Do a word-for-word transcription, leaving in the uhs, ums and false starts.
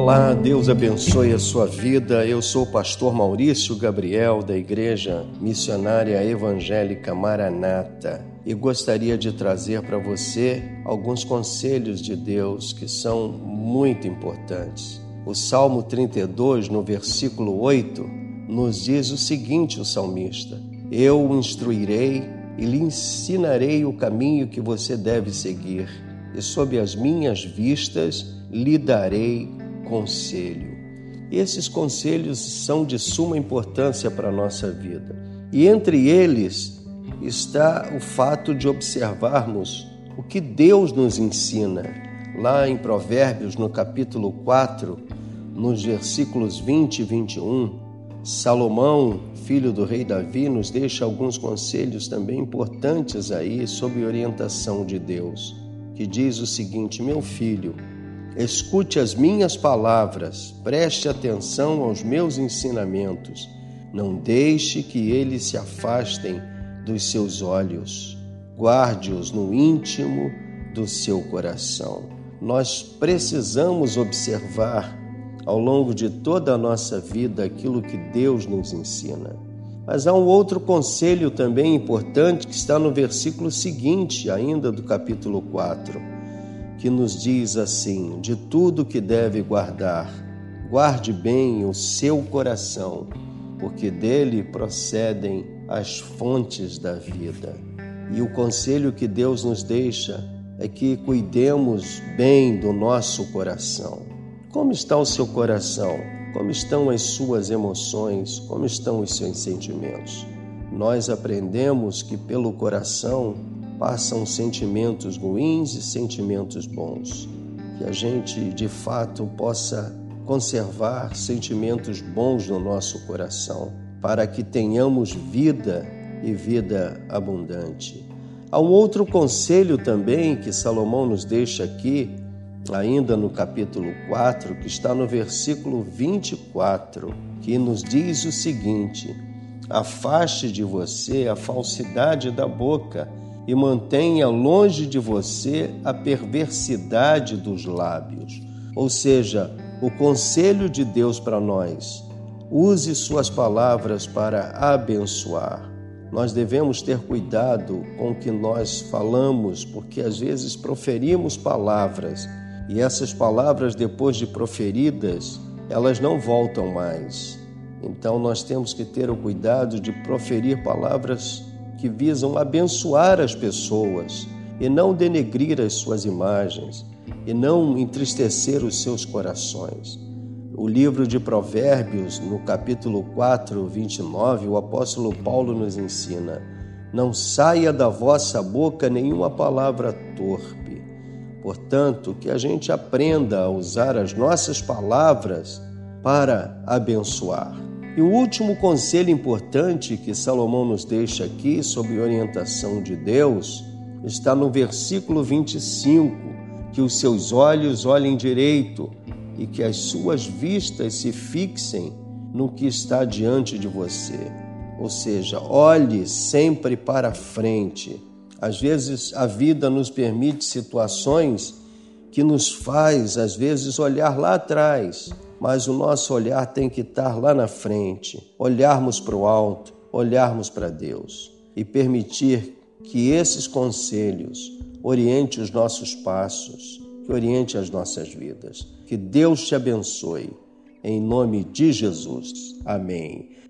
Olá, Deus abençoe a sua vida. Eu sou o pastor Maurício Gabriel, da Igreja Missionária Evangélica Maranata, e gostaria de trazer para você alguns conselhos de Deus que são muito importantes. O Salmo trinta e dois, no versículo oito, nos diz o seguinte, o salmista: Eu o instruirei e lhe ensinarei o caminho que você deve seguir, e sob as minhas vistas lhe darei conselho. Esses conselhos são de suma importância para a nossa vida. E entre eles está o fato de observarmos o que Deus nos ensina. Lá em Provérbios, no capítulo quatro, nos versículos vinte e vinte e um, Salomão, filho do rei Davi, nos deixa alguns conselhos também importantes aí sob orientação de Deus, que diz o seguinte: meu filho, escute as minhas palavras, preste atenção aos meus ensinamentos, não deixe que eles se afastem dos seus olhos, guarde-os no íntimo do seu coração. Nós precisamos observar ao longo de toda a nossa vida aquilo que Deus nos ensina. Mas há um outro conselho também importante que está no versículo seguinte, ainda do capítulo quatro, que nos diz assim: de tudo que deve guardar, guarde bem o seu coração, porque dele procedem as fontes da vida. E o conselho que Deus nos deixa é que cuidemos bem do nosso coração. Como está o seu coração? Como estão as suas emoções? Como estão os seus sentimentos? Nós aprendemos que pelo coração passam sentimentos ruins e sentimentos bons. Que a gente, de fato, possa conservar sentimentos bons no nosso coração, para que tenhamos vida e vida abundante. Há um outro conselho também que Salomão nos deixa aqui, ainda no capítulo quatro, que está no versículo vinte e quatro, que nos diz o seguinte: afaste de você a falsidade da boca e mantenha longe de você a perversidade dos lábios. Ou seja, o conselho de Deus para nós: use suas palavras para abençoar. Nós devemos ter cuidado com o que nós falamos, porque às vezes proferimos palavras e essas palavras, depois de proferidas, elas não voltam mais. Então nós temos que ter o cuidado de proferir palavras que visam abençoar as pessoas e não denegrir as suas imagens e não entristecer os seus corações. O livro de Provérbios, no capítulo quatro, vinte e nove, o apóstolo Paulo nos ensina: não saia da vossa boca nenhuma palavra torpe. Portanto, que a gente aprenda a usar as nossas palavras para abençoar. E o último conselho importante que Salomão nos deixa aqui, sob orientação de Deus, está no versículo vinte e cinco, que os seus olhos olhem direito e que as suas vistas se fixem no que está diante de você. Ou seja, olhe sempre para frente. Às vezes a vida nos permite situações que nos faz, às vezes, olhar lá atrás, mas o nosso olhar tem que estar lá na frente, olharmos para o alto, olharmos para Deus e permitir que esses conselhos orientem os nossos passos, que oriente as nossas vidas. Que Deus te abençoe, em nome de Jesus. Amém.